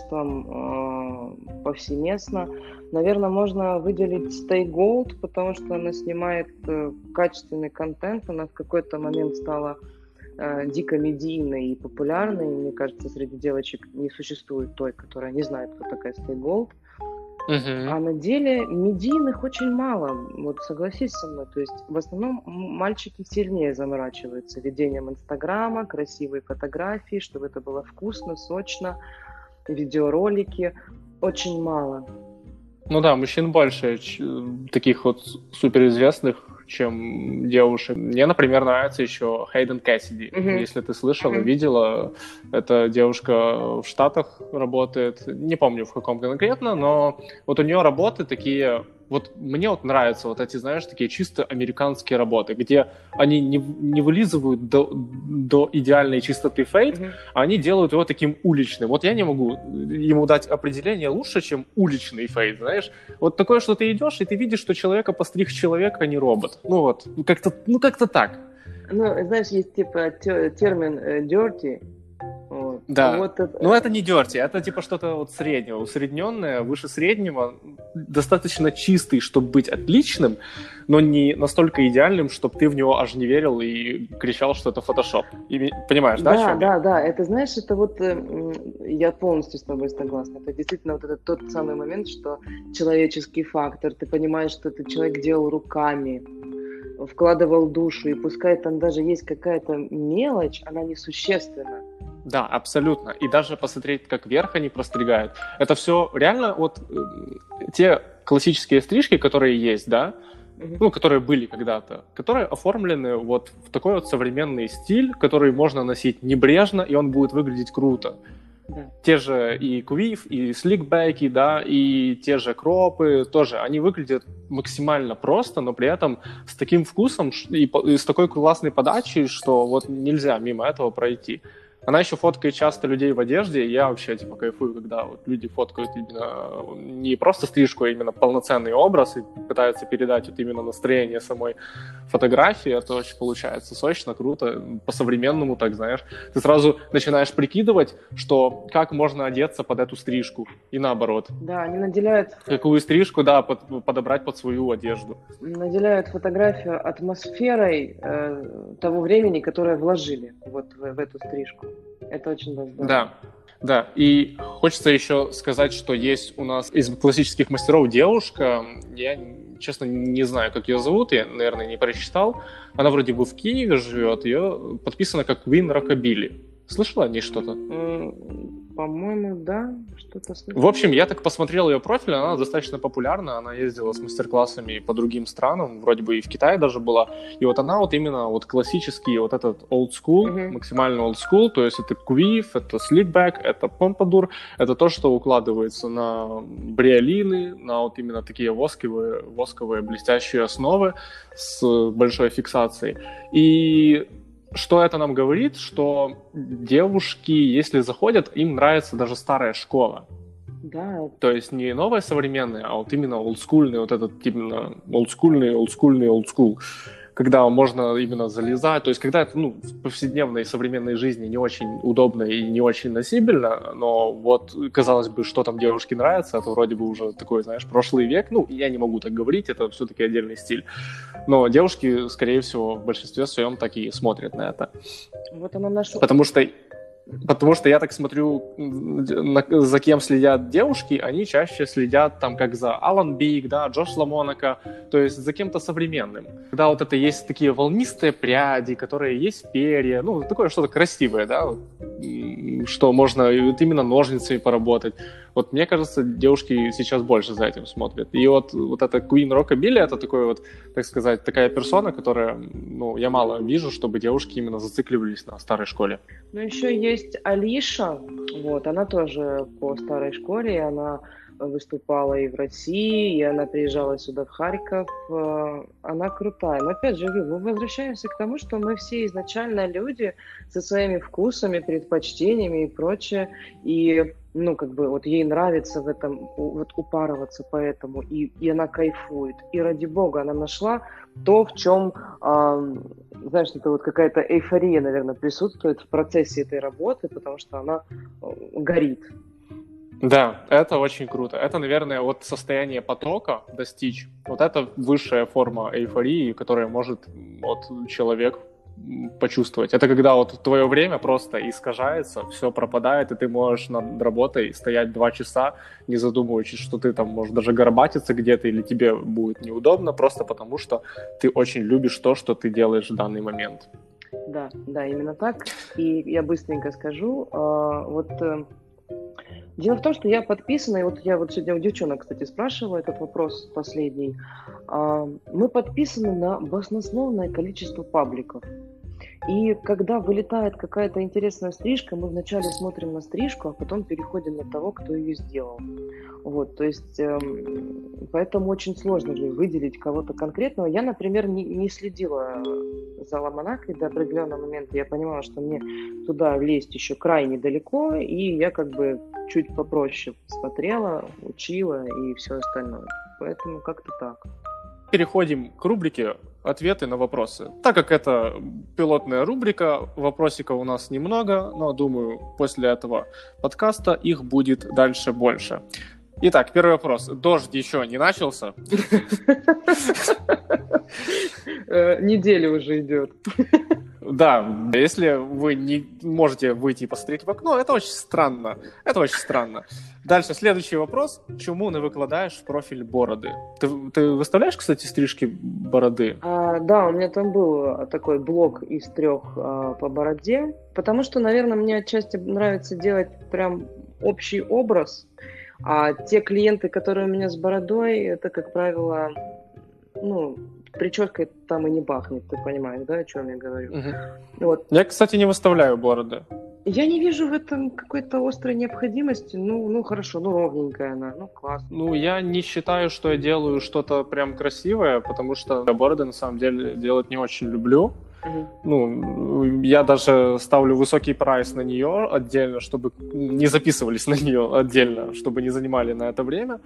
S2: качеством э, повсеместно. Наверное, можно выделить Stay Gold, потому что она снимает э, качественный контент. Она в какой-то момент стала э, дико медийной и популярной. Мне кажется, среди девочек не существует той, которая не знает, кто такая Stay Gold. Uh-huh. А на деле медийных очень мало. Вот согласись со мной. То есть в основном мальчики сильнее заморачиваются ведением Инстаграма, красивые фотографии, чтобы это было вкусно, сочно, видеоролики. Очень мало.
S1: Ну да, мужчин больше таких вот суперизвестных, чем девушек. Мне, например, нравится еще Хейден Кэссиди. Uh-huh. Если ты слышала, uh-huh. видела, эта девушка в Штатах работает. Не помню, в каком конкретно, но вот у нее работы такие... Вот мне вот нравятся вот эти, знаешь, такие чисто американские работы, где они не, не вылизывают до, до идеальной чистоты фейд, mm-hmm. а они делают его таким уличным. Вот я не могу ему дать определение лучше, чем уличный фейд, знаешь. Вот такое, что ты идешь, и ты видишь, что человека постриг человек, а не робот. Ну вот, как-то, ну как-то так.
S2: Ну, знаешь, есть типа термин dirty. Вот.
S1: Да,
S2: вот это...
S1: но это не dirty, это типа что-то вот среднего, усредненное, выше среднего, достаточно чистый, чтобы быть отличным, но не настолько идеальным, чтобы ты в него аж не верил и кричал, что это фотошоп. И, понимаешь, да?
S2: Да, да, да, это, знаешь, это вот, я полностью с тобой согласна, это действительно вот этот тот самый момент, что человеческий фактор, ты понимаешь, что этот человек делал руками, вкладывал душу, и пускай там даже есть какая-то мелочь, она несущественна.
S1: Да, абсолютно. И даже посмотреть, как вверх они простригают. Это все реально вот э, те классические стрижки, которые есть, да, mm-hmm. ну, которые были когда-то, которые оформлены вот в такой вот современный стиль, который можно носить небрежно, и он будет выглядеть круто. Yeah. Те же и квиф, и сликбеки, да, и те же кропы тоже, они выглядят максимально просто, но при этом с таким вкусом и, и с такой классной подачей, что вот нельзя мимо этого пройти. Она еще фоткает часто людей в одежде, и я вообще типа кайфую, когда вот люди фоткают именно не просто стрижку, а именно полноценный образ и пытаются передать вот именно настроение самой фотографии. Это очень получается сочно, круто, по-современному, так знаешь. Ты сразу начинаешь прикидывать, что как можно одеться под эту стрижку, и наоборот.
S2: Да, они наделяют...
S1: Какую стрижку, да, под, подобрать под свою одежду.
S2: Наделяют фотографию атмосферой э, того времени, которое вложили вот в, в эту стрижку. Это очень здорово.
S1: Да. Да, и хочется еще сказать, что есть у нас из классических мастеров девушка, я, честно, не знаю, как ее зовут, я, наверное, не прочитал. Она вроде бы в Киеве живет, ее подписано как Queen Rockabilly. Слышала о ней что-то?
S2: По-моему, да, что-то слышала.
S1: В общем, я так посмотрел ее профиль, она достаточно популярна, она ездила с мастер-классами по другим странам, вроде бы и в Китае даже была, и вот она вот именно вот классический вот этот old school, uh-huh. максимально old school, то есть это квиф, это сликбэк, это помпадур, это то, что укладывается на бриолины, на вот именно такие восковые, восковые блестящие основы с большой фиксацией. И что это нам говорит? Что девушки, если заходят, им нравится даже старая школа.
S2: Да.
S1: То есть не новая современная, а вот именно олдскульный, вот этот именно олдскульный, олдскульный, олдскул. Когда можно именно залезать, то есть когда это, ну, в повседневной современной жизни не очень удобно и не очень носибельно, но вот, казалось бы, что там девушке нравится, это вроде бы уже такой, знаешь, прошлый век, ну, я не могу так говорить, это все-таки отдельный стиль, но девушки, скорее всего, в большинстве своем так и смотрят на это.
S2: Вот она наша...
S1: Потому что Потому что я так смотрю, за кем следят девушки, они чаще следят там как за Алан Бик, да, Джош Ламонако, то есть за кем-то современным. Когда вот это есть такие волнистые пряди, которые есть перья, ну, такое что-то красивое, да, что можно вот именно ножницами поработать. Вот мне кажется, девушки сейчас больше за этим смотрят. И вот, вот это Queen Rockabilly, это такой вот, так сказать, такая персона, которая, ну, я мало вижу, чтобы девушки именно зацикливались на старой школе.
S2: Ну, еще есть Алиша, вот, она тоже по старой школе, она выступала и в России, и она приезжала сюда, в Харьков. Она крутая. Но опять же, мы возвращаемся к тому, что мы все изначально люди со своими вкусами, предпочтениями и прочее. И, ну, как бы, вот ей нравится в этом, вот упарываться поэтому, и, и она кайфует. И ради бога, она нашла то, в чем, э, знаешь, это вот какая-то эйфория, наверное, присутствует в процессе этой работы, потому что она горит.
S1: Да, это очень круто. Это, наверное, вот состояние потока достичь. Вот это высшая форма эйфории, которая может вот человек почувствовать. Это когда вот твое время просто искажается, все пропадает, и ты можешь над работой стоять два часа, не задумываясь, что ты там можешь даже горбатиться где-то, или тебе будет неудобно, просто потому что ты очень любишь то, что ты делаешь в данный момент.
S2: Да, да, именно так. И я быстренько скажу, вот... Дело в том, что я подписана, и вот я вот сегодня у девчонок, кстати, спрашивала этот вопрос последний. Мы подписаны на баснословное количество пабликов. И когда вылетает какая-то интересная стрижка, мы вначале смотрим на стрижку, а потом переходим на того, кто ее сделал. Вот, то есть, эм, поэтому очень сложно выделить кого-то конкретного. Я, например, не, не следила за Ламонакой до определенного момента. Я понимала, что мне туда лезть еще крайне далеко, и я как бы чуть попроще смотрела, учила и все остальное. Поэтому как-то так.
S1: Переходим к рубрике «Ответы на вопросы». Так как это пилотная рубрика, вопросиков у нас немного, но, думаю, после этого подкаста их будет дальше больше. Итак, первый вопрос. Дождь еще не начался?
S2: Неделя уже идет.
S1: Да, если вы не можете выйти и посмотреть в окно, это очень странно. Это очень странно. Дальше, следующий вопрос. Чому не выкладаешь в профиль бороды? Ты, ты выставляешь, кстати, стрижки бороды?
S2: А, да, у меня там был такой блок из трех а, по бороде, потому что, наверное, мне отчасти нравится делать прям общий образ, а те клиенты, которые у меня с бородой, это, как правило, ну... прической там и не пахнет, ты понимаешь, да, о чем я говорю?
S1: Угу.
S2: Вот.
S1: Я, кстати, не выставляю бороды.
S2: Я не вижу в этом какой-то острой необходимости. Ну, ну хорошо, ну ровненькая она, ну классно.
S1: Ну, я не считаю, что я делаю что-то прям красивое, потому что бороды, на самом деле, делать не очень люблю. Uh-huh. Ну, я даже ставлю высокий прайс на нее отдельно, чтобы не записывались на нее отдельно, чтобы не занимали на это время.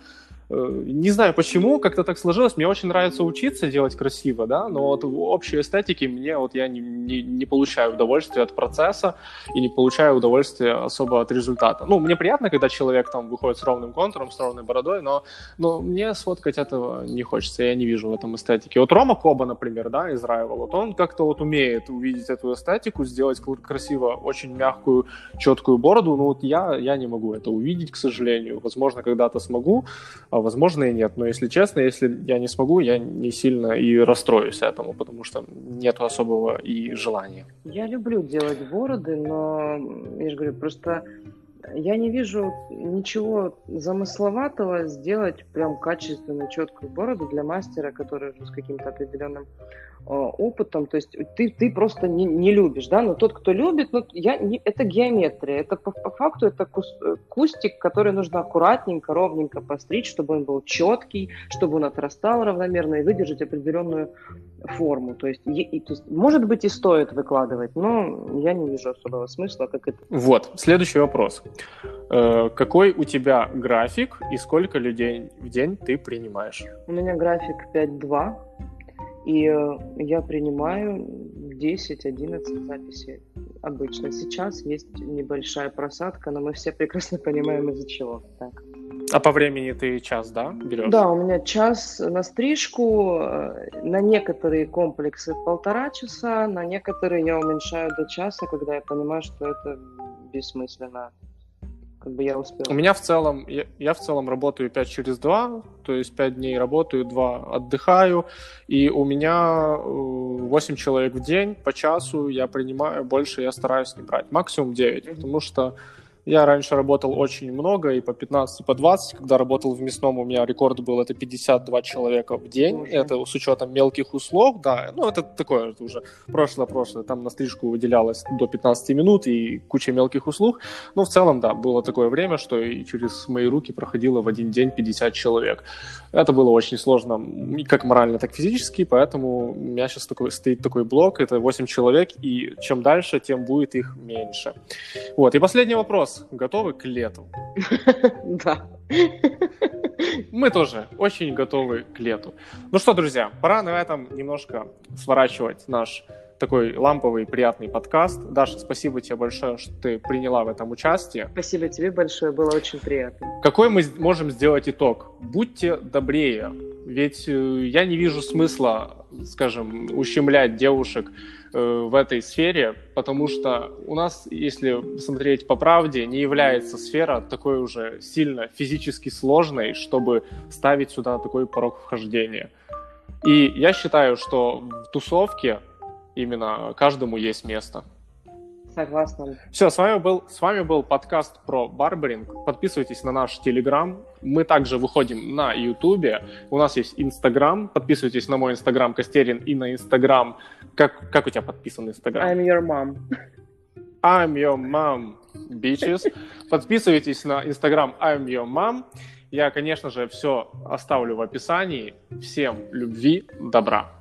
S1: Не знаю почему, как-то так сложилось. Мне очень нравится учиться делать красиво, да, но вот в общей эстетике мне вот я не, не, не получаю удовольствия от процесса и не получаю удовольствия особо от результата. Ну, мне приятно, когда человек там выходит с ровным контуром, с ровной бородой, но, но мне сфоткать этого не хочется, я не вижу в этом эстетики. Вот Рома Коба, например, да, из Rival, вот он как-то вот умеет увидеть эту эстетику, сделать красиво, очень мягкую, четкую бороду, но вот я, я не могу это увидеть, к сожалению. Возможно, когда-то смогу, а возможно и нет. Но если честно, если я не смогу, я не сильно и расстроюсь этому, потому что нет особого и желания.
S2: Я люблю делать бороды, но, я же говорю, просто я не вижу ничего замысловатого сделать прям качественную, четкую бороду для мастера, который уже с каким-то определенным э, опытом. То есть ты, ты просто не, не любишь, да, но тот, кто любит, ну, я, не, это геометрия, это по, по факту это кус, кустик, который нужно аккуратненько, ровненько постричь, чтобы он был четкий, чтобы он отрастал равномерно и выдержать определенную форму. То есть, и, и, то есть, может быть, и стоит выкладывать, но я не вижу особого смысла, как это.
S1: Вот, следующий вопрос. Э, какой у тебя график и сколько людей в день ты принимаешь?
S2: У меня график пять-два, и э, я принимаю десять-одиннадцать записей обычно. Сейчас есть небольшая просадка, но мы все прекрасно понимаем, из-за чего. Так.
S1: А по времени ты час, да, берешь?
S2: Да, у меня час на стрижку, на некоторые комплексы полтора часа, на некоторые я уменьшаю до часа, когда я понимаю, что это бессмысленно. Как бы я успел.
S1: У меня в целом, я, я в целом работаю пять через два, то есть пять дней работаю, два отдыхаю, и у меня восемь человек в день, по часу я принимаю, больше я стараюсь не брать, максимум девять, mm-hmm. потому что я раньше работал очень много, и по пятнадцать, и по двадцать. Когда работал в мясном, у меня рекорд был, это пятьдесят два человека в день. Боже. Это с учетом мелких услуг, да. Ну, это такое это уже прошлое-прошлое. Там на стрижку выделялось до пятнадцать минут и куча мелких услуг. Но в целом, да, было такое время, что и через мои руки проходило в один день пятьдесят человек. Это было очень сложно, как морально, так и физически, поэтому у меня сейчас такой, стоит такой блок, это восемь человек, и чем дальше, тем будет их меньше. Вот, и последний вопрос. Готовы к лету?
S2: Да.
S1: Мы тоже очень готовы к лету. Ну что, друзья, пора на этом немножко сворачивать наш такой ламповый, приятный подкаст. Даша, спасибо тебе большое, что ты приняла в этом участие.
S2: Спасибо тебе большое, было очень приятно.
S1: Какой мы можем сделать итог? Будьте добрее, ведь я не вижу смысла, скажем, ущемлять девушек в этой сфере, потому что у нас, если смотреть по правде, не является сфера такой уже сильно физически сложной, чтобы ставить сюда такой порог вхождения. И я считаю, что в тусовке именно каждому есть место.
S2: Согласна.
S1: Все, с вами был, с вами был подкаст про барберинг. Подписывайтесь на наш Телеграм. Мы также выходим на Ютубе. У нас есть Инстаграм. Подписывайтесь на мой Инстаграм Костерин и на Инстаграм. Как, как у тебя подписан Инстаграм?
S2: I'm your mom.
S1: I'm your mom, bitches. Подписывайтесь на Инстаграм I'm your mom. Я, конечно же, все оставлю в описании. Всем любви, добра.